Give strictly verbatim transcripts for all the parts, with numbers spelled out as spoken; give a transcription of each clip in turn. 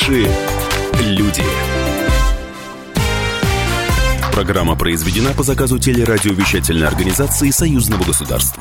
Наши люди. Программа произведена по заказу телерадиовещательной организации Союзного государства.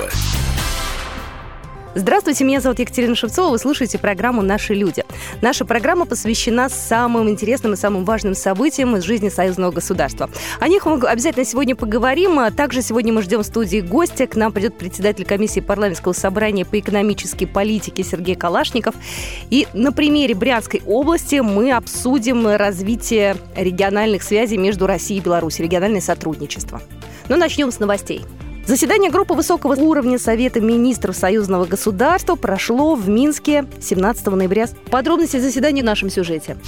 Здравствуйте, меня зовут Екатерина Шевцова, вы слушаете программу «Наши люди». Наша программа посвящена самым интересным и самым важным событиям из жизни союзного государства. О них мы обязательно сегодня поговорим. Также сегодня мы ждем в студии гостя. К нам придет председатель комиссии парламентского собрания по экономической политике Сергей Калашников. И на примере Брянской области мы обсудим развитие региональных связей между Россией и Беларусью, региональное сотрудничество. Но начнем с новостей. Заседание группы высокого уровня Совета министров союзного государства прошло в Минске семнадцатого ноября. Подробности заседания в нашем сюжете.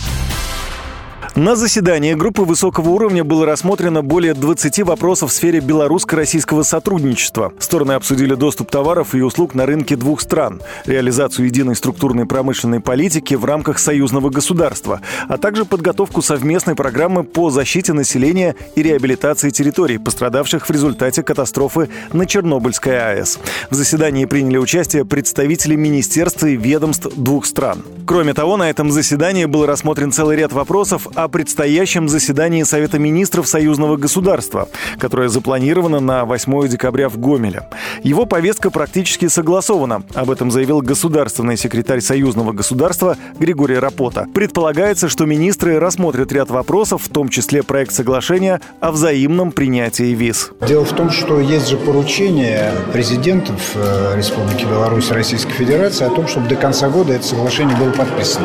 На заседании группы высокого уровня было рассмотрено более двадцати вопросов в сфере белорусско-российского сотрудничества. Стороны обсудили доступ товаров и услуг на рынке двух стран, реализацию единой структурной промышленной политики в рамках союзного государства, а также подготовку совместной программы по защите населения и реабилитации территорий, пострадавших в результате катастрофы на Чернобыльской АЭС. В заседании приняли участие представители министерств и ведомств двух стран. Кроме того, на этом заседании был рассмотрен целый ряд вопросов о предстоящем заседании Совета министров союзного государства, которое запланировано на восьмое декабря в Гомеле. Его повестка практически согласована. Об этом заявил государственный секретарь союзного государства Григорий Рапота. Предполагается, что министры рассмотрят ряд вопросов, в том числе проект соглашения о взаимном принятии виз. Дело в том, что есть же поручение президентов Республики Беларусь и Российской Федерации о том, чтобы до конца года это соглашение было подписано.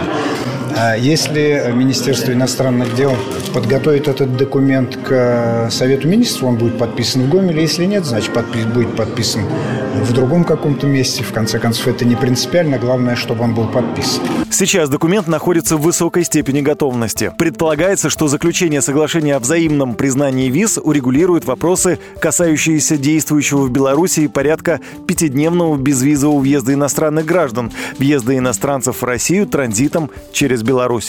Если Министерство иностранных дел подготовит этот документ к Совету министров, он будет подписан в Гомеле. Если нет, значит, подпис, будет подписан в другом каком-то месте. В конце концов, это не принципиально. Главное, чтобы он был подписан. Сейчас документ находится в высокой степени готовности. Предполагается, что заключение соглашения о взаимном признании виз урегулирует вопросы, касающиеся действующего в Беларуси порядка пятидневного безвизового въезда иностранных граждан, въезда иностранцев в Россию транзитом через Беларусь.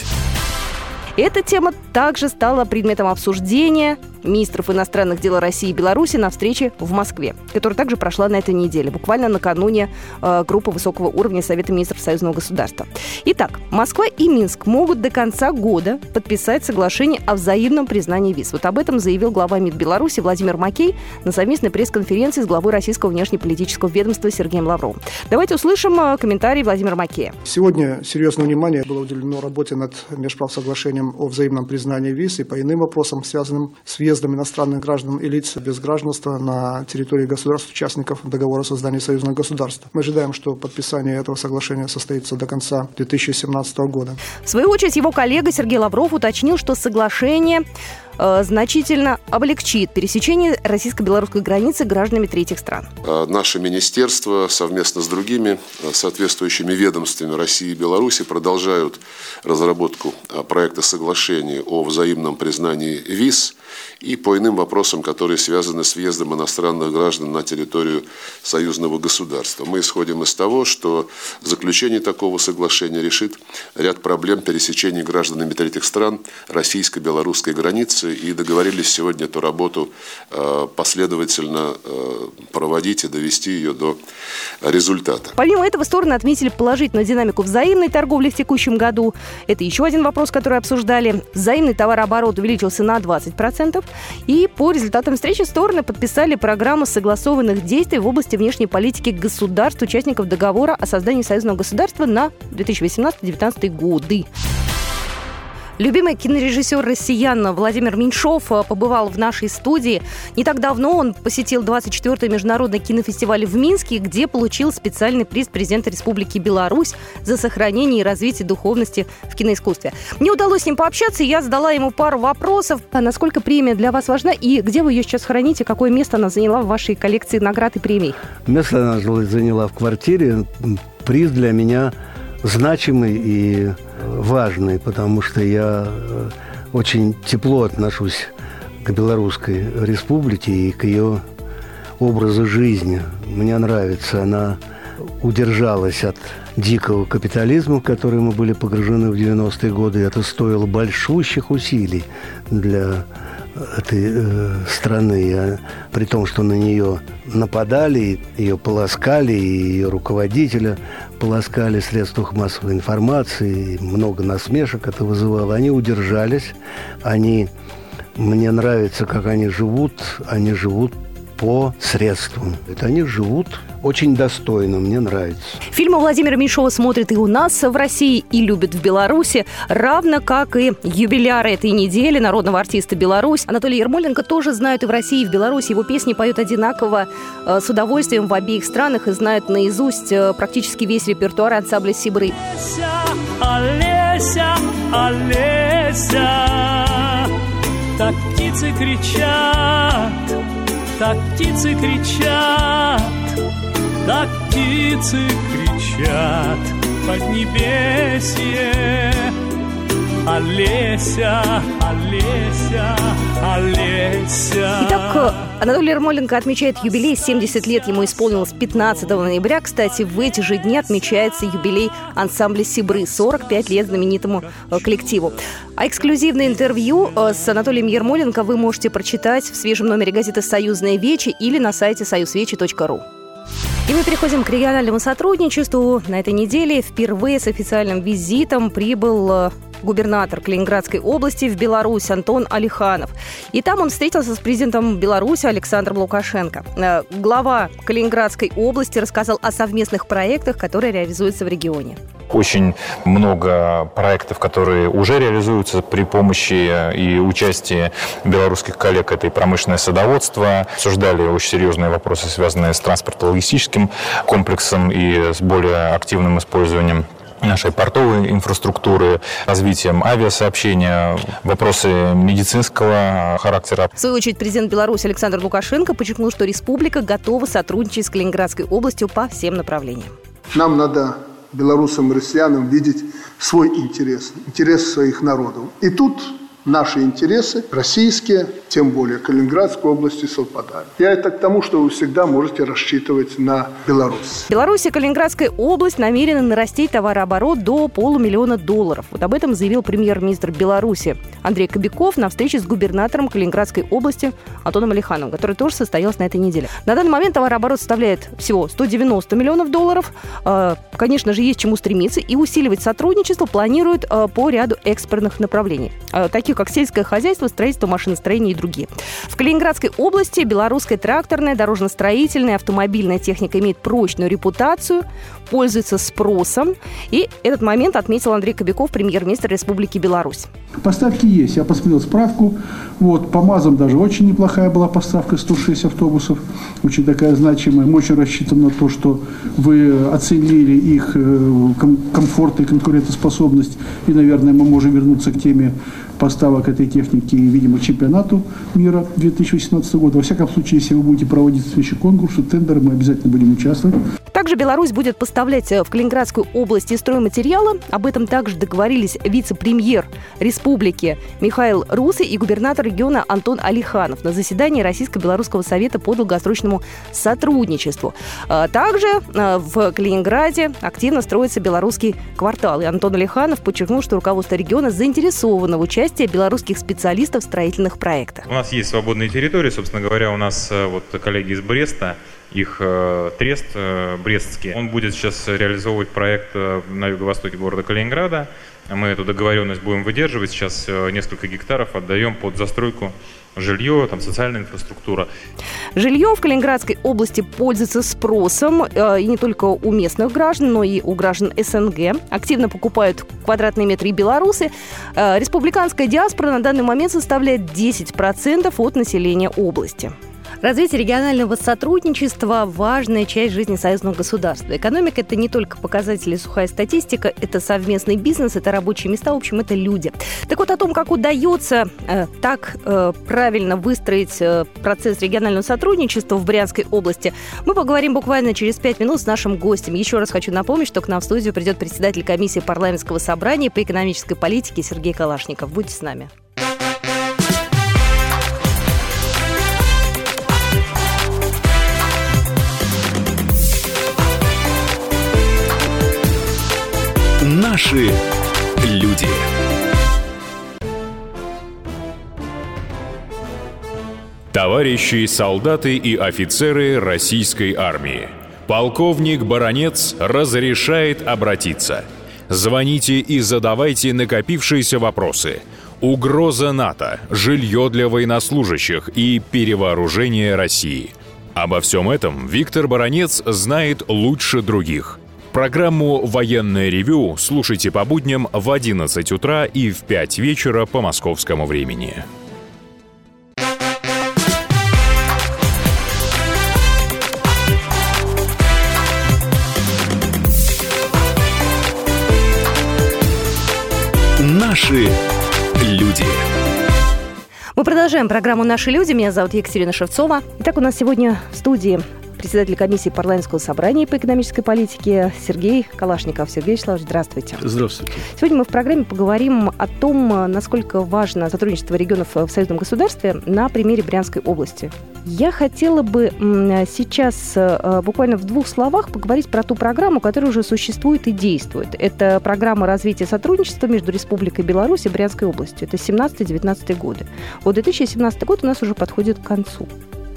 Эта тема также стала предметом обсуждения министров иностранных дел России и Беларуси на встрече в Москве, которая также прошла на этой неделе, буквально накануне э, группы высокого уровня Совета министров союзного государства. Итак, Москва и Минск могут до конца года подписать соглашение о взаимном признании виз. Вот об этом заявил глава МИД Беларуси Владимир Макей на совместной пресс-конференции с главой российского внешнеполитического ведомства Сергеем Лавровым. Давайте услышим э, комментарий Владимира Макея. Сегодня серьезное внимание было уделено работе над межправсоглашением о взаимном признании виз и по иным вопросам, связанным с въездом иностранных граждан и лиц без гражданства на территории государств, участников договора о создании союзного государства. Мы ожидаем, что подписание этого соглашения состоится до конца две тысячи семнадцатого года. В свою очередь, его коллега Сергей Лавров уточнил, что соглашение э, значительно облегчит пересечение российско-белорусской границы гражданами третьих стран. Наше министерство совместно с другими соответствующими ведомствами России и Беларуси продолжают разработку проекта соглашения о взаимном признании виз и по иным вопросам, которые связаны с въездом иностранных граждан на территорию союзного государства. Мы исходим из того, что заключение такого соглашения решит ряд проблем пересечения гражданами третьих стран российско-белорусской границы и договорились сегодня эту работу последовательно проводить и довести ее до результата. Помимо этого, стороны отметили положительную динамику взаимной торговли в текущем году. Это еще один вопрос, который обсуждали. Взаимный товарооборот увеличился на двадцать процентов. И по результатам встречи стороны подписали программу согласованных действий в области внешней политики государств, участников договора о создании союзного государства на две тысячи восемнадцатый - две тысячи девятнадцатый годы. Любимый кинорежиссер россиян Владимир Меньшов побывал в нашей студии. Не так давно он посетил двадцать четвёртый международный кинофестиваль в Минске, где получил специальный приз президента Республики Беларусь за сохранение и развитие духовности в киноискусстве. Мне удалось с ним пообщаться, и я задала ему пару вопросов. А насколько премия для вас важна, и где вы ее сейчас храните, какое место она заняла в вашей коллекции наград и премий? Место она заняла в квартире. Приз для меня значимый и важный, потому что я очень тепло отношусь к Белорусской республике и к ее образу жизни. Мне нравится, она удержалась от дикого капитализма, в который мы были погружены в девяностые годы. Это стоило большущих усилий для этой э, страны, а, при том, что на нее нападали, ее полоскали, и ее руководителя полоскали в средствах массовой информации, много насмешек это вызывало. Они удержались, они, мне нравится, как они живут, они живут по средствам. Это они живут очень достойно, мне нравится. Фильмы Владимира Меньшова смотрят и у нас в России, и любят в Беларуси, равно как и юбиляры этой недели народного артиста Беларусь. Анатолий Ермоленко тоже знают и в России, и в Беларуси. Его песни поют одинаково, э, с удовольствием в обеих странах и знают наизусть э, практически весь репертуар ансамбля «Сибры». Олеся, Олеся, так птицы кричат, так птицы кричат, так птицы кричат поднебесье. Олеся, Олеся, Олеся. Итак, Анатолий Ермоленко отмечает юбилей. семьдесят лет ему исполнилось пятнадцатого ноября. Кстати, в эти же дни отмечается юбилей ансамбля «Сибры». сорок пять лет знаменитому коллективу. А эксклюзивное интервью с Анатолием Ермоленко вы можете прочитать в свежем номере газеты «Союзная Вечи» или на сайте союзвечи точка ру. И мы переходим к региональному сотрудничеству. На этой неделе впервые с официальным визитом прибыл губернатор Калининградской области в Беларусь Антон Алиханов. И там он встретился с президентом Беларуси Александром Лукашенко. Глава Калининградской области рассказал о совместных проектах, которые реализуются в регионе. Очень много проектов, которые уже реализуются при помощи и участии белорусских коллег. Это и промышленное садоводство. Обсуждали очень серьезные вопросы, связанные с транспортно-логистическим комплексом и с более активным использованием нашей портовой инфраструктуры, развитием авиасообщения, вопросы медицинского характера. В свою очередь, президент Беларуси Александр Лукашенко подчеркнул, что республика готова сотрудничать с Калининградской областью по всем направлениям. Нам надо, белорусам и россиянам, видеть свой интерес, интерес своих народов. И тут наши интересы, российские, тем более Калининградской области, совпадают. Я это к тому, что вы всегда можете рассчитывать на Беларусь. Беларусь и Калининградская область намерены нарастить товарооборот до полумиллиона долларов. Вот об этом заявил премьер-министр Беларуси Андрей Кобяков на встрече с губернатором Калининградской области Антоном Алихановым, который тоже состоялся на этой неделе. На данный момент товарооборот составляет всего сто девяносто миллионов долларов. Конечно же, есть чему стремиться, и усиливать сотрудничество планируют по ряду экспортных направлений, таких как сельское хозяйство, строительство, машиностроение и другие. В Калининградской области белорусская тракторная, дорожно-строительная, автомобильная техника имеет прочную репутацию, пользуется спросом. И этот момент отметил Андрей Кобяков, премьер-министр Республики Беларусь. Поставки есть. Я посмотрел справку. Вот, по МАЗам даже очень неплохая была поставка, сто шесть автобусов. Очень такая значимая. Мы очень рассчитываем на то, что вы оценили их комфорт и конкурентоспособность. И, наверное, мы можем вернуться к теме поставок этой техники, видимо, чемпионату мира две тысячи восемнадцатого года. Во всяком случае, если вы будете проводить следующий конкурс, тендеры, мы обязательно будем участвовать. Также Беларусь будет поставлять в Калининградскую область и стройматериалы. Об этом также договорились вице-премьер республики Михаил Русый и губернатор региона Антон Алиханов на заседании Российско-Белорусского совета по долгосрочному сотрудничеству. Также в Калининграде активно строится белорусский квартал. И Антон Алиханов подчеркнул, что руководство региона заинтересовано в участии белорусских специалистов в строительных проектах. У нас есть свободные территории, собственно говоря, у нас вот коллеги из Бреста, их э, трест э, брестский, он будет сейчас реализовывать проект э, на юго-востоке города Калининграда. Мы эту договоренность будем выдерживать. Сейчас э, несколько гектаров отдаем под застройку жилье, там социальная инфраструктура. Жилье в Калининградской области пользуется спросом э, и не только у местных граждан, но и у граждан СНГ. Активно покупают квадратные метры и белорусы. Э, республиканская диаспора на данный момент составляет десять процентов от населения области. Развитие регионального сотрудничества – важная часть жизни союзного государства. Экономика – это не только показатели, сухая статистика, это совместный бизнес, это рабочие места, в общем, это люди. Так вот, о том, как удается э, так э, правильно выстроить э, процесс регионального сотрудничества в Брянской области, мы поговорим буквально через пять минут с нашим гостем. Еще раз хочу напомнить, что к нам в студию придет председатель комиссии парламентского собрания по экономической политике Сергей Калашников. Будьте с нами. Наши люди. Товарищи солдаты и офицеры российской армии, полковник Баранец разрешает обратиться. Звоните и задавайте накопившиеся вопросы. Угроза НАТО, жилье для военнослужащих и перевооружение России. Обо всем этом Виктор Баранец знает лучше других. Программу «Военное ревю» слушайте по будням в одиннадцать утра и в пять вечера по московскому времени. Наши люди. Мы продолжаем программу «Наши люди». Меня зовут Екатерина Шевцова. Итак, у нас сегодня в студии председатель комиссии парламентского собрания по экономической политике Сергей Калашников. Сергей Вячеславович, здравствуйте. Здравствуйте. Сегодня мы в программе поговорим о том, насколько важно сотрудничество регионов в союзном государстве на примере Брянской области. Я хотела бы сейчас буквально в двух словах поговорить про ту программу, которая уже существует и действует. Это программа развития сотрудничества между Республикой Беларусь и Брянской областью. Это семнадцатый-девятнадцатый годы. Вот две тысячи семнадцатый год у нас уже подходит к концу.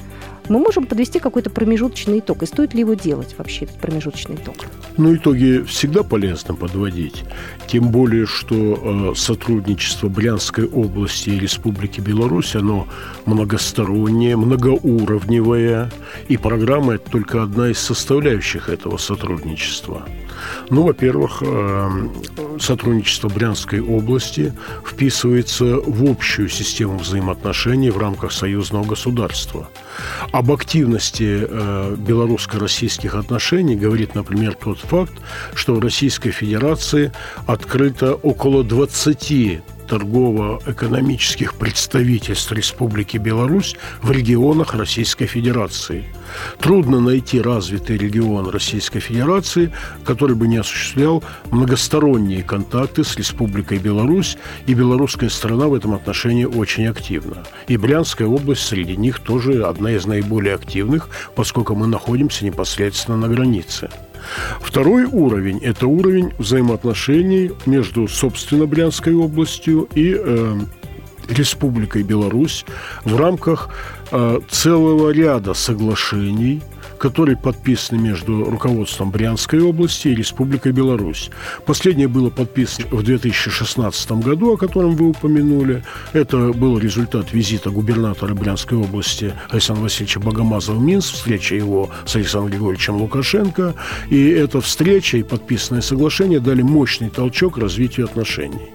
Мы можем подвести какой-то промежуточный итог. И стоит ли его делать вообще, этот промежуточный итог? Ну, итоги всегда полезно подводить. Тем более, что э, сотрудничество Брянской области и Республики Беларусь, оно многостороннее, многоуровневое. И программа – это только одна из составляющих этого сотрудничества. Ну, во-первых, э, сотрудничество Брянской области вписывается в общую систему взаимоотношений в рамках союзного государства. Об активности э, белорусско-российских отношений говорит, например, тот факт, что в Российской Федерации открыто около двадцати торгово-экономических представительств Республики Беларусь в регионах Российской Федерации. Трудно найти развитый регион Российской Федерации, который бы не осуществлял многосторонние контакты с Республикой Беларусь, и белорусская сторона в этом отношении очень активна. И Брянская область среди них тоже одна из наиболее активных, поскольку мы находимся непосредственно на границе. Второй уровень – это уровень взаимоотношений между, собственно, Брянской областью и э, Республикой Беларусь в рамках э, целого ряда соглашений, которые подписаны между руководством Брянской области и Республикой Беларусь. Последнее было подписано в две тысячи шестнадцатом году, о котором вы упомянули. Это был результат визита губернатора Брянской области Александра Васильевича Богомазова в Минск, встреча его с Александром Григорьевичем Лукашенко. И эта встреча и подписанное соглашение дали мощный толчок развитию отношений.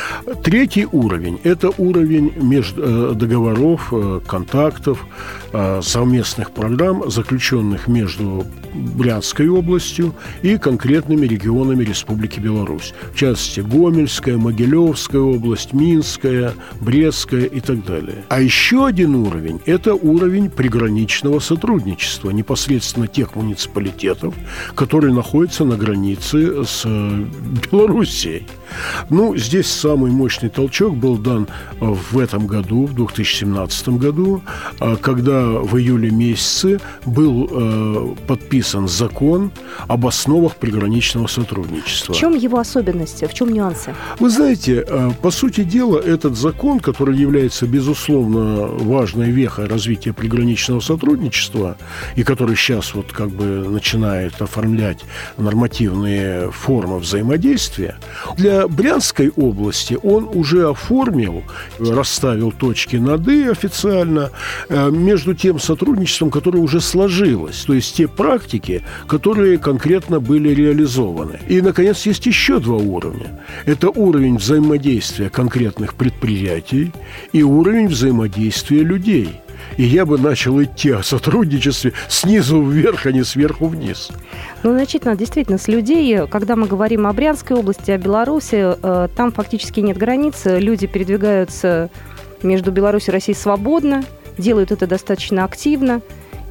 Третий уровень – это уровень между, договоров, контактов, совместных программ, заключенных между Брянской областью и конкретными регионами Республики Беларусь. В частности, Гомельская, Могилевская область, Минская, Брестская и так далее. А еще один уровень – это уровень приграничного сотрудничества, непосредственно тех муниципалитетов, которые находятся на границе с Белоруссией. Ну, здесь самый мощный толчок был дан в этом году, в две тысячи семнадцатом году, когда в июле месяце был э, подписан закон об основах приграничного сотрудничества. В чем его особенности, в чем нюансы? Вы знаете, э, по сути дела, этот закон, который является, безусловно, важной вехой развития приграничного сотрудничества и который сейчас вот как бы начинает оформлять нормативные формы взаимодействия, для Брянской области он уже оформил, расставил точки над «и» официально э, между тем сотрудничеством, которое уже сложилось, то есть те практики, которые конкретно были реализованы. И, наконец, есть еще два уровня. Это уровень взаимодействия конкретных предприятий и уровень взаимодействия людей. И я бы начал идти о сотрудничестве снизу вверх, а не сверху вниз. Ну, значительно, действительно, с людей, когда мы говорим о Брянской области, о Беларуси, там фактически нет границ, люди передвигаются между Беларусью и Россией свободно, делают это достаточно активно.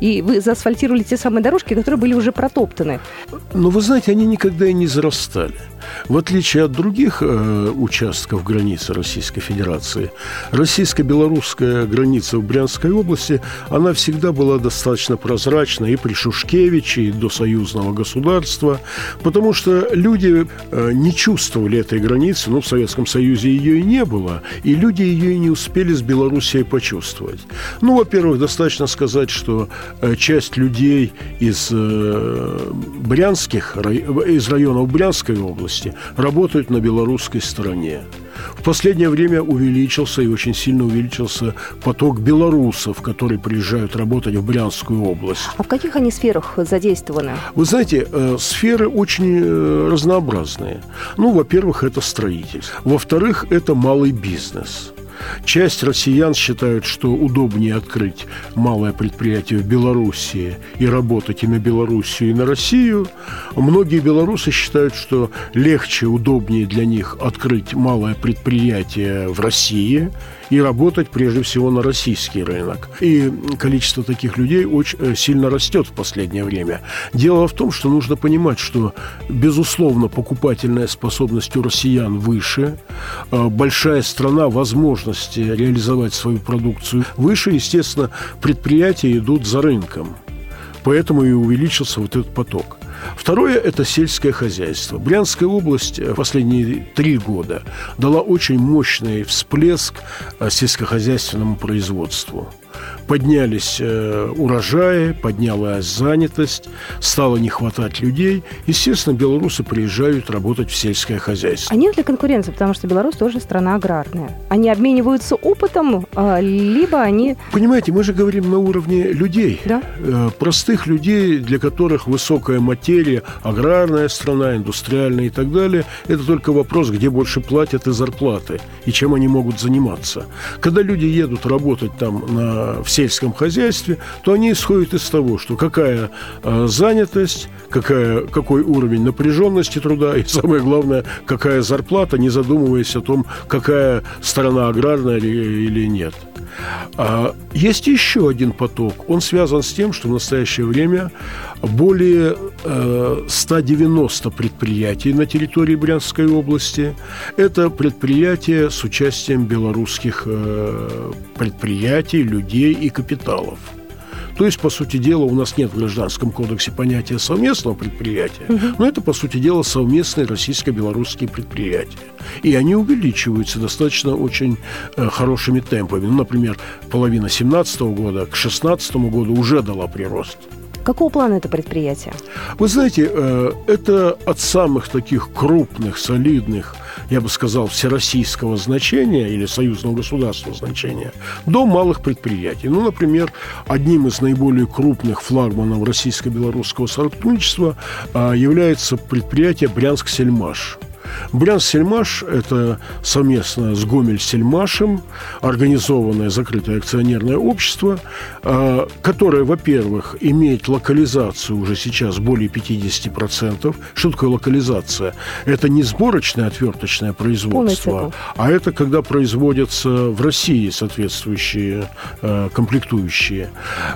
и вы заасфальтировали те самые дорожки, которые были уже протоптаны. Но вы знаете, они никогда и не зарастали. В отличие от других э, участков границы Российской Федерации, российско-белорусская граница в Брянской области, она всегда была достаточно прозрачна и при Шушкевиче, и до союзного государства, потому что люди э, не чувствовали этой границы, ну, в Советском Союзе ее и не было, и люди ее и не успели с Белоруссией почувствовать. Ну, во-первых, достаточно сказать, что э, часть людей из э, брянских, из районов Брянской области работают на белорусской стороне. В последнее время увеличился и очень сильно увеличился поток белорусов, которые приезжают работать в Брянскую область. А в каких они сферах задействованы? Вы знаете, э, сферы очень э, разнообразные. Ну, во-первых, это строительство. Во-вторых, это малый бизнес. Часть россиян считают, что удобнее открыть малое предприятие в Белоруссии и работать и на Белоруссию, и на Россию. Многие белорусы считают, что легче, удобнее для них открыть малое предприятие в России и работать прежде всего на российский рынок. И количество таких людей очень сильно растет в последнее время. Дело в том, что нужно понимать, что, безусловно, покупательная способность у россиян выше, большая страна, возможности реализовать свою продукцию выше, естественно, предприятия идут за рынком. Поэтому и увеличился вот этот поток. Второе – это сельское хозяйство. Брянская область в последние три года дала очень мощный всплеск сельскохозяйственному производству. Поднялись э, урожаи, поднялась занятость, стало не хватать людей. Естественно, белорусы приезжают работать в сельское хозяйство. А нет ли конкуренции? Потому что Беларусь тоже страна аграрная. Они обмениваются опытом, э, либо они... Понимаете, мы же говорим на уровне людей. Да? Э, простых людей, для которых высокая материя, аграрная страна, индустриальная и так далее, это только вопрос, где больше платят и зарплаты, и чем они могут заниматься. Когда люди едут работать там на в сельском хозяйстве, то они исходят из того, что какая э, занятость, какая, какой уровень напряженности труда и, самое главное, какая зарплата, не задумываясь о том, какая страна аграрная или, или нет. А есть еще один поток. Он связан с тем, что в настоящее время более э, ста девяноста предприятий на территории Брянской области. Это предприятия с участием белорусских э, предприятий, людей и капиталов. То есть, по сути дела, у нас нет в Гражданском кодексе понятия совместного предприятия, угу. но это, по сути дела, совместные российско-белорусские предприятия. И они увеличиваются достаточно очень э, хорошими темпами. Ну, например, половина две тысячи семнадцатого года к две тысячи шестнадцатому году уже дала прирост. Какого плана это предприятие? Вы знаете, э, это от самых таких крупных, солидных, я бы сказал, всероссийского значения или союзного государственного значения до малых предприятий. Ну, например, одним из наиболее крупных флагманов российско-белорусского сотрудничества э, является предприятие «Брянск-Сельмаш». Брянск-Сельмаш – это совместно с Гомель-Сельмашем организованное закрытое акционерное общество, которое, во-первых, имеет локализацию уже сейчас более пятьдесят процентов. Что такое локализация? Это не сборочное отверточное производство, а это когда производятся в России соответствующие комплектующие.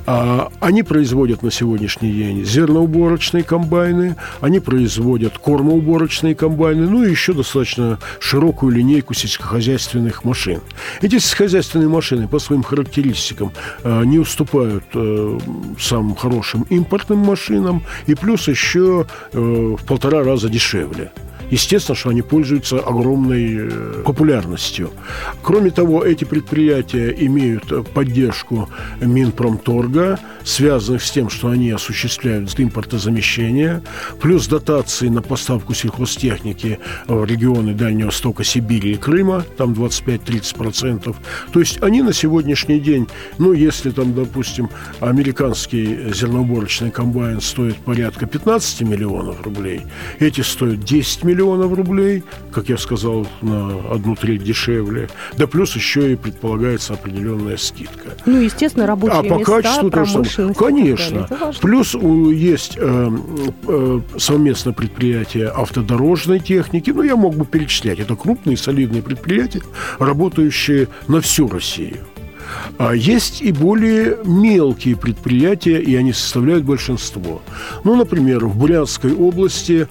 Они производят на сегодняшний день зерноуборочные комбайны, они производят кормоуборочные комбайны, ну и еще достаточно широкую линейку сельскохозяйственных машин. Эти сельскохозяйственные машины по своим характеристикам э, не уступают э, самым хорошим импортным машинам и плюс еще э, в полтора раза дешевле. Естественно, что они пользуются огромной популярностью. Кроме того, эти предприятия имеют поддержку Минпромторга, связанных с тем, что они осуществляют импортозамещение, плюс дотации на поставку сельхозтехники в регионы Дальнего Востока, Сибири и Крыма, там двадцать пять - тридцать процентов. То есть они на сегодняшний день, ну, если там, допустим, американский зерноуборочный комбайн стоит порядка пятнадцать миллионов рублей, эти стоят десять миллионов рублей, как я сказал, на одну треть дешевле. Да плюс еще и предполагается определенная скидка. Ну, естественно, рабочие а по места, качеству промышленность. Конечно. Плюс есть э, э, совместное предприятие автодорожной техники. Ну, я мог бы перечислять. Это крупные, солидные предприятия, работающие на всю Россию. А есть и более мелкие предприятия, и они составляют большинство. Ну, например, в Брянской области,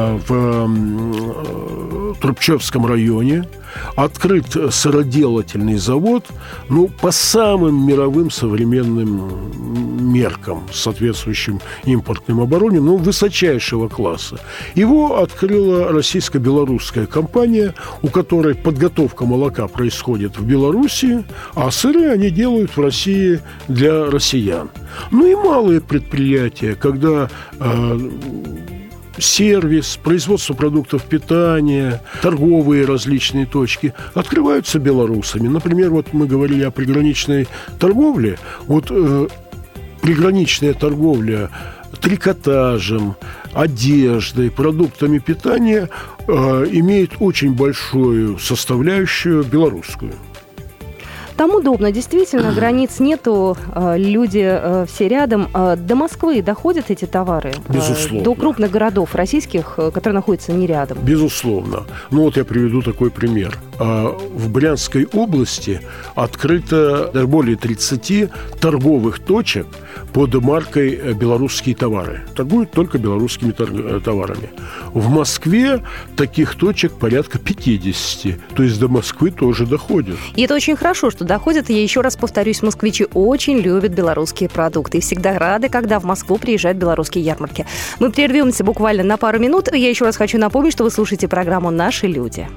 в Трубчевском районе открыт сыроделательный завод, ну, по самым мировым современным меркам, соответствующим импортным оборудованием, ну, высочайшего класса. Его открыла российско-белорусская компания, у которой подготовка молока происходит в Беларуси, а сыры они делают в России для россиян. Ну и малые предприятия, когда э, сервис, производство продуктов питания, торговые различные точки открываются белорусами. Например, вот мы говорили о приграничной торговле. Вот э, приграничная торговля трикотажем, одеждой, продуктами питания э, имеет очень большую составляющую белорусскую. Там удобно, действительно, границ нету, люди все рядом. До Москвы доходят эти товары? Безусловно. До крупных городов российских, которые находятся не рядом? Безусловно. Ну вот я приведу такой пример. В Брянской области открыто более тридцати торговых точек под маркой «Белорусские товары». Торгуют только белорусскими товарами. В Москве таких точек порядка пятидесяти. То есть до Москвы тоже доходят. И это очень хорошо, что доходят. Я еще раз повторюсь, москвичи очень любят белорусские продукты и всегда рады, когда в Москву приезжают белорусские ярмарки. Мы прервемся буквально на пару минут. Я еще раз хочу напомнить, что вы слушаете программу «Наши люди».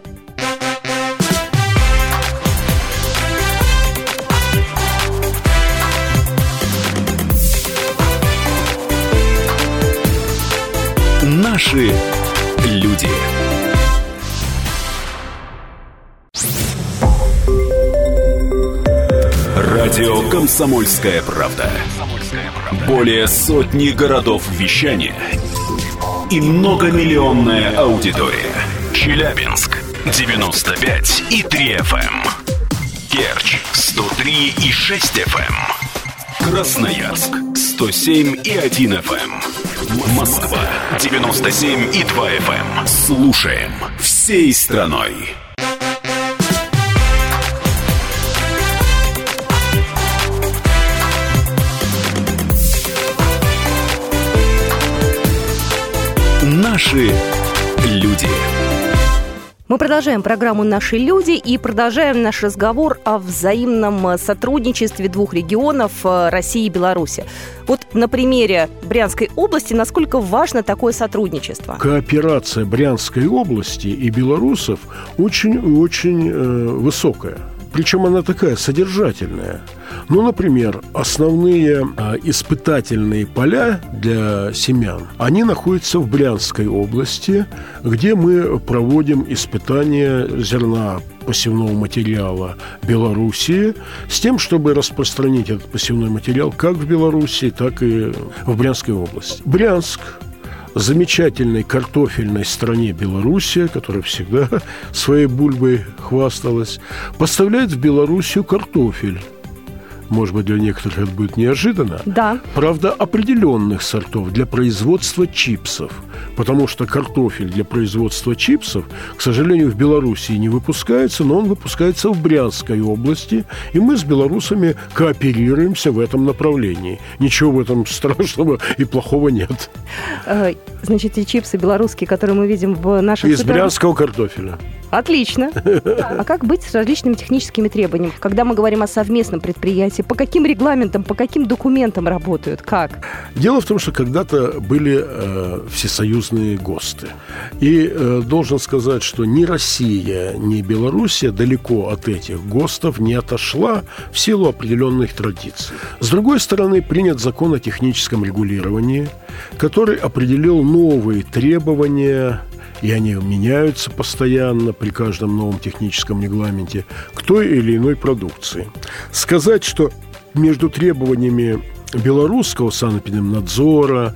Наши люди. Радио «Комсомольская правда». Более сотни городов вещания и многомиллионная аудитория. Челябинск девяносто пять и три эф эм. Керчь сто три и шесть эф эм. Красноярск сто семь и один эф эм. Москва девяносто семь и два эф эм. Слушаем всей страной. Наши люди. Мы продолжаем программу «Наши люди» и продолжаем наш разговор о взаимном сотрудничестве двух регионов России и Беларуси. Вот на примере Брянской области, насколько важно такое сотрудничество? Кооперация Брянской области и белорусов очень-очень э, высокая. Причем она такая содержательная. Ну, например, основные э, испытательные поля для семян, они находятся в Брянской области, где мы проводим испытания зерна посевного материала Белоруссии с тем, чтобы распространить этот посевной материал как в Белоруссии, так и в Брянской области. Брянск – замечательной картофельной стране Белоруссия, которая всегда своей бульбой хвасталась, поставляет в Белоруссию картофель. Может быть, для некоторых это будет неожиданно. Да. Правда, определенных сортов для производства чипсов. Потому что картофель для производства чипсов, к сожалению, в Белоруссии не выпускается, но он выпускается в Брянской области. И мы с белорусами кооперируемся в этом направлении. Ничего в этом страшного и плохого нет. Значит, те чипсы белорусские, которые мы видим в наших Из брянского картофеля. Отлично. А как быть с различными техническими требованиями? Когда мы говорим о совместном предприятии, по каким регламентам, по каким документам работают? Как? Дело в том, что когда-то были э, всесоюзные ГОСТы. И э, должен сказать, что ни Россия, ни Белоруссия далеко от этих ГОСТов не отошла в силу определенных традиций. С другой стороны, принят закон о техническом регулировании, который определил новые требования, и они меняются постоянно при каждом новом техническом регламенте, к той или иной продукции. Сказать, что между требованиями белорусского санэпидемнадзора,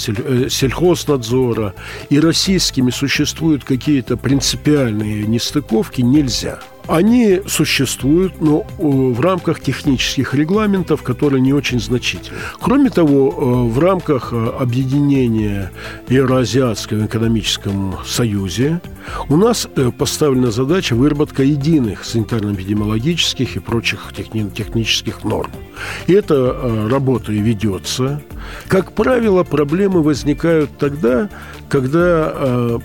сельхознадзора и российскими существуют какие-то принципиальные нестыковки, нельзя. Они существуют, но в рамках технических регламентов, которые не очень значительны. Кроме того, в рамках объединения в Евроазиатском экономическом союзе у нас поставлена задача выработка единых санитарно-эпидемиологических и прочих техни- технических норм. И эта работа и ведется. Как правило, проблемы возникают тогда, когда э,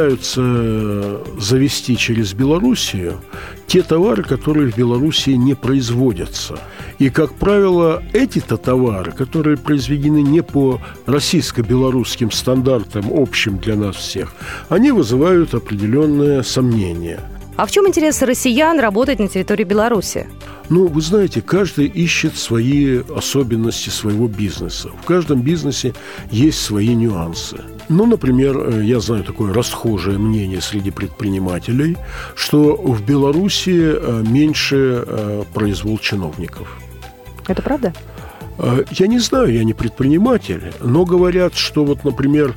пытаются завести через Белоруссию те товары, которые в Белоруссии не производятся. И, как правило, эти-то товары, которые произведены не по российско-белорусским стандартам, общим для нас всех, они вызывают определенные сомнения. А в чем интерес россиян работать на территории Беларуси? Ну, вы знаете, каждый ищет свои особенности своего бизнеса. В каждом бизнесе есть свои нюансы. Ну, например, я знаю такое расхожее мнение среди предпринимателей, что в Беларуси меньше произвол чиновников. Это правда? Я не знаю, я не предприниматель, но говорят, что вот, например,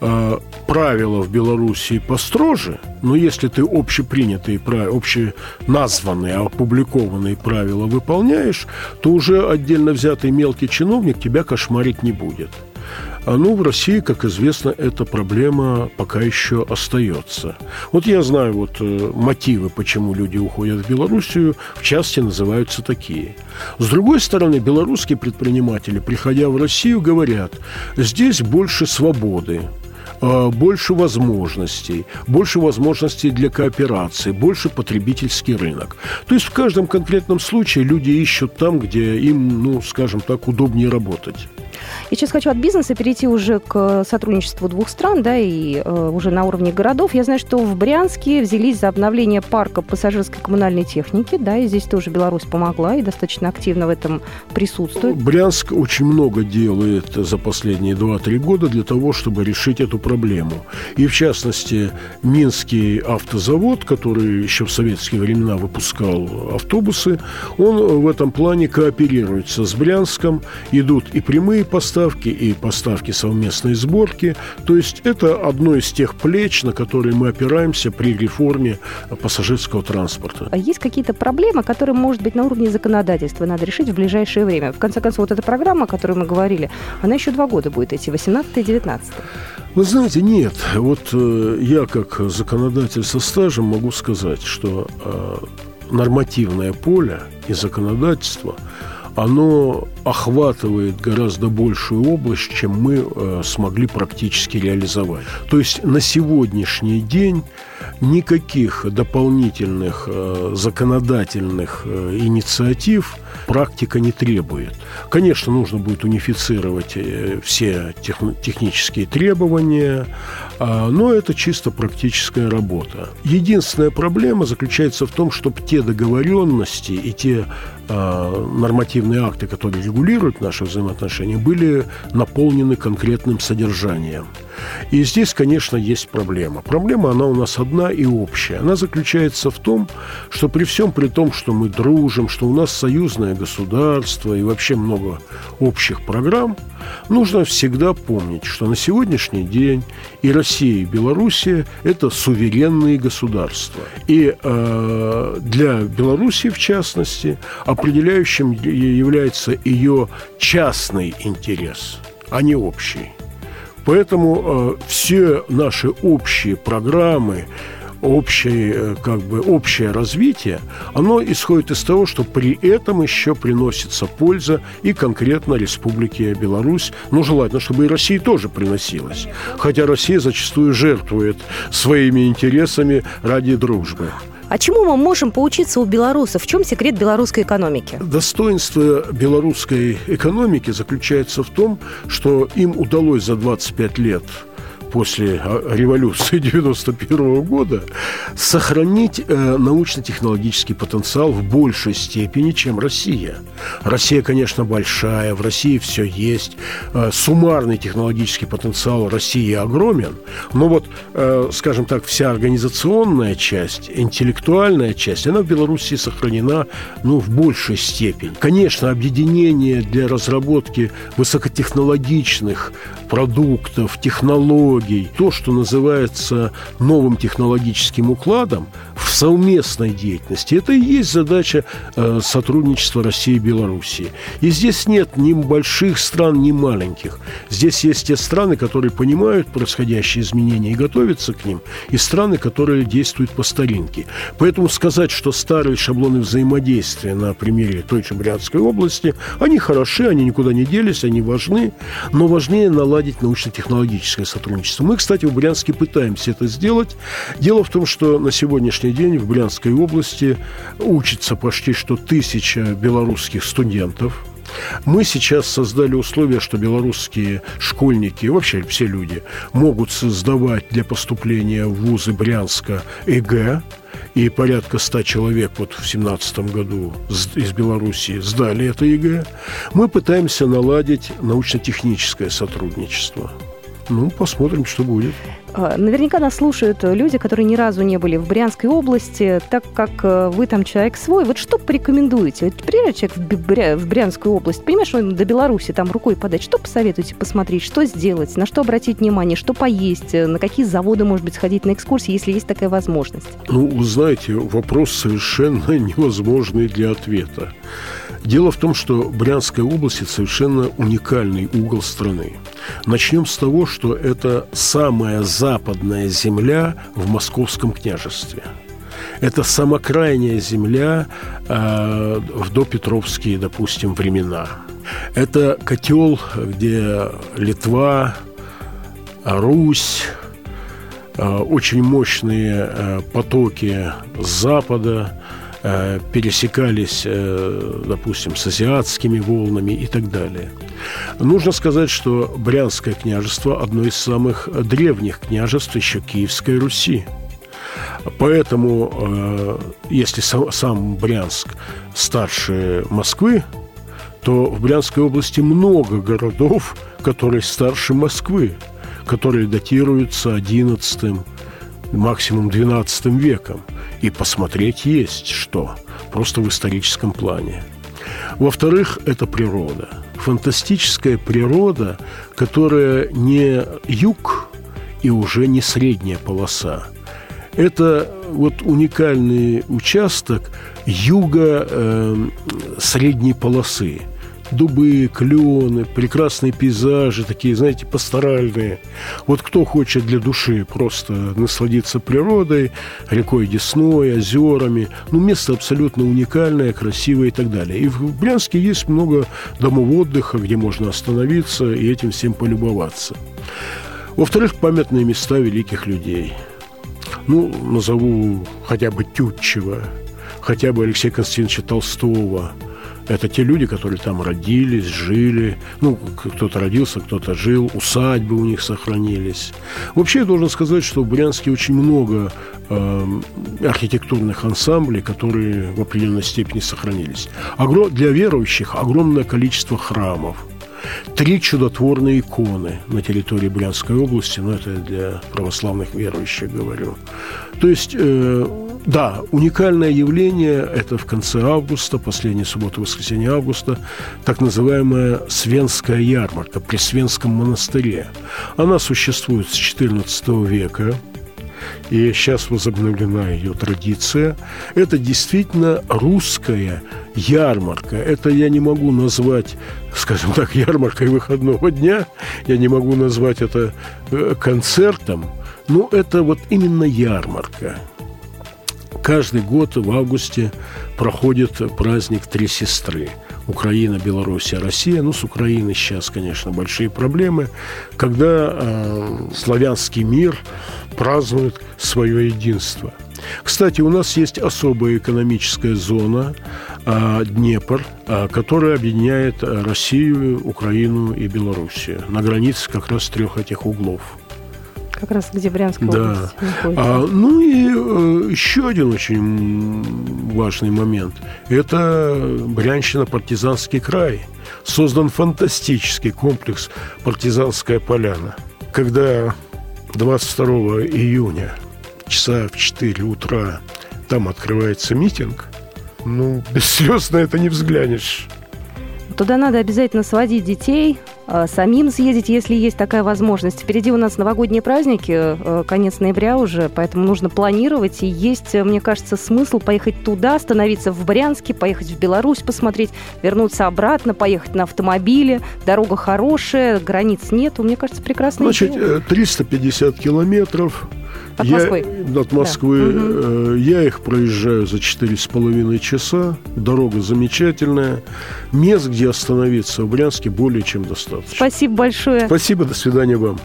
правила в Белоруссии построже, но если ты общепринятые, общеназванные, опубликованные правила выполняешь, то уже отдельно взятый мелкий чиновник тебя кошмарить не будет. А ну, в России, как известно, эта проблема пока еще остается. Вот я знаю вот мотивы, почему люди уходят в Белоруссию, в части называются такие. С другой стороны, белорусские предприниматели, приходя в Россию, говорят, здесь больше свободы, больше возможностей, больше возможностей для кооперации, больше потребительский рынок. То есть в каждом конкретном случае люди ищут там, где им, ну, скажем так, удобнее работать. Я сейчас хочу от бизнеса перейти уже к сотрудничеству двух стран, да, и э, уже на уровне городов. Я знаю, что в Брянске взялись за обновление парка пассажирской коммунальной техники, да, и здесь тоже Беларусь помогла и достаточно активно в этом присутствует. Брянск очень много делает за последние два-три года для того, чтобы решить эту проблему. И, в частности, Минский автозавод, который еще в советские времена выпускал автобусы, он в этом плане кооперируется с Брянском, идут и прямые поставки, и поставки совместной сборки. То есть это одно из тех плеч, на которые мы опираемся при реформе пассажирского транспорта. А есть какие-то проблемы, которые, может быть, на уровне законодательства надо решить в ближайшее время? В конце концов, вот эта программа, о которой мы говорили, она еще два года будет идти, восемнадцатый и девятнадцатый. Вы знаете, нет. Вот э, я, как законодатель со стажем, могу сказать, что э, нормативное поле и законодательство, оно охватывает гораздо большую область, чем мы э, смогли практически реализовать. То есть на сегодняшний день никаких дополнительных э, законодательных э, инициатив практика не требует. Конечно, нужно будет унифицировать э, все тех, технические требования, э, но это чисто практическая работа. Единственная проблема заключается в том, чтобы те договоренности и те э, нормативные акты, которые регулируют наши взаимоотношения, были наполнены конкретным содержанием. И здесь, конечно, есть проблема. Проблема, она у нас одна и общая. Она заключается в том, что при всем при том, что мы дружим, что у нас союзное государство и вообще много общих программ, нужно всегда помнить, что на сегодняшний день и Россия, и Белоруссия – это суверенные государства. И э, для Белоруссии, в частности, определяющим является ее частный интерес, а не общий. Поэтому э, все наши общие программы, общее, как бы, общее развитие, оно исходит из того, что при этом еще приносится польза и конкретно Республике Беларусь. Ну, желательно, чтобы и России тоже приносилось. Хотя Россия зачастую жертвует своими интересами ради дружбы. А чему мы можем поучиться у белорусов? В чем секрет белорусской экономики? Достоинство белорусской экономики заключается в том, что им удалось за двадцать пять лет после революции девяносто первого года сохранить э, научно-технологический потенциал в большей степени, чем Россия. Россия, конечно, большая, в России все есть. Э, суммарный технологический потенциал России огромен, но вот, э, скажем так, вся организационная часть, интеллектуальная часть, она в Белоруссии сохранена, ну, в большей степени. Конечно, объединение для разработки высокотехнологичных продуктов, технологий, технологий, то, что называется новым технологическим укладом, в совместной деятельности. Это и есть задача э, сотрудничества России и Белоруссии. И здесь нет ни больших стран, ни маленьких. Здесь есть те страны, которые понимают происходящие изменения и готовятся к ним, и страны, которые действуют по старинке. Поэтому сказать, что старые шаблоны взаимодействия на примере той же Брянской области, они хороши, они никуда не делись, они важны, но важнее наладить научно-технологическое сотрудничество. Мы, кстати, в Брянске пытаемся это сделать. Дело в том, что на сегодняшний день в Брянской области учится почти что тысяча белорусских студентов. Мы сейчас создали условия, что белорусские школьники, вообще все люди, могут сдавать для поступления в вузы Брянска ЕГЭ. И порядка ста человек вот в семнадцатом году из Белоруссии сдали это ЕГЭ. Мы пытаемся наладить научно-техническое сотрудничество. Ну, посмотрим, что будет. Наверняка нас слушают люди, которые ни разу не были в Брянской области, так как вы там человек свой. Вот что порекомендуете? Вот приезжает человек в Брянскую область, понимаешь, он до Беларуси там рукой подать. Что посоветуете посмотреть, что сделать, на что обратить внимание, что поесть, на какие заводы, может быть, сходить на экскурсии, если есть такая возможность? Ну, вы знаете, вопрос совершенно невозможный для ответа. Дело в том, что Брянская область – это совершенно уникальный угол страны. Начнем с того, что это самая западная земля в Московском княжестве. Это самокрайняя земля э, в допетровские, допустим, времена. Это котел, где Литва, Русь, э, очень мощные э, потоки с запада, пересекались, допустим, с азиатскими волнами и так далее. Нужно сказать, что Брянское княжество – одно из самых древних княжеств еще Киевской Руси. Поэтому, если сам Брянск старше Москвы, то в Брянской области много городов, которые старше Москвы, которые датируются одиннадцатым, максимум двенадцатым веком. И посмотреть есть что, просто в историческом плане. Во-вторых, это природа. Фантастическая природа, которая не юг и уже не средняя полоса. Это вот уникальный участок юга э, средней полосы. Дубы, клены, прекрасные пейзажи, такие, знаете, пасторальные. Вот кто хочет для души просто насладиться природой, рекой Десной, озерами, ну, место абсолютно уникальное, красивое и так далее. И в Брянске есть много домов отдыха, где можно остановиться и этим всем полюбоваться. Во-вторых, памятные места великих людей. Ну, назову хотя бы Тютчева, хотя бы Алексея Константиновича Толстого. Это те люди, которые там родились, жили. Ну, кто-то родился, кто-то жил. Усадьбы у них сохранились. Вообще, я должен сказать, что в Брянске очень много э, архитектурных ансамблей, которые в определенной степени сохранились. Огром... Для верующих огромное количество храмов. Три чудотворные иконы на территории Брянской области. Но это для православных верующих говорю. То есть... Э, Да, уникальное явление – это в конце августа, последняя суббота-воскресенье августа, так называемая Свенская ярмарка при Свенском монастыре. Она существует с четырнадцатого века, и сейчас возобновлена ее традиция. Это действительно русская ярмарка. Это я не могу назвать, скажем так, ярмаркой выходного дня, я не могу назвать это концертом, но это вот именно ярмарка. Каждый год в августе проходит праздник «Три сестры». Украина, Белоруссия, Россия. Ну, с Украиной сейчас, конечно, большие проблемы. Когда э, славянский мир празднует свое единство. Кстати, у нас есть особая экономическая зона э, Днепр, э, которая объединяет Россию, Украину и Белоруссию. На границе как раз трех этих углов. Как раз где Брянская да. область находится. А, ну и э, еще один очень важный момент. Это Брянщина-Партизанский край. Создан фантастический комплекс «Партизанская поляна». Когда двадцать второго июня часа в четыре утра там открывается митинг, ну, без слез на это не взглянешь. Туда надо обязательно сводить детей, самим съездить, если есть такая возможность. Впереди у нас новогодние праздники, конец ноября уже, поэтому нужно планировать. И есть, мне кажется, смысл поехать туда, остановиться в Брянске, поехать в Беларусь посмотреть, вернуться обратно, поехать на автомобиле. Дорога хорошая, границ нету. Мне кажется, прекрасная Значит, идея. триста пятьдесят километров. От я, Москвы. От Москвы. Да. Угу. Я их проезжаю за четыре с половиной часа. Дорога замечательная. Мест, где остановиться в Брянске, более чем достаточно. Спасибо большое. Спасибо, до свидания вам.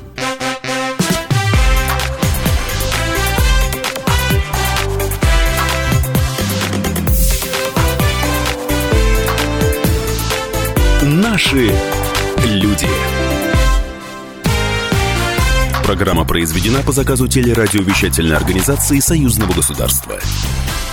Наши люди. Программа произведена по заказу телерадиовещательной организации Союзного государства.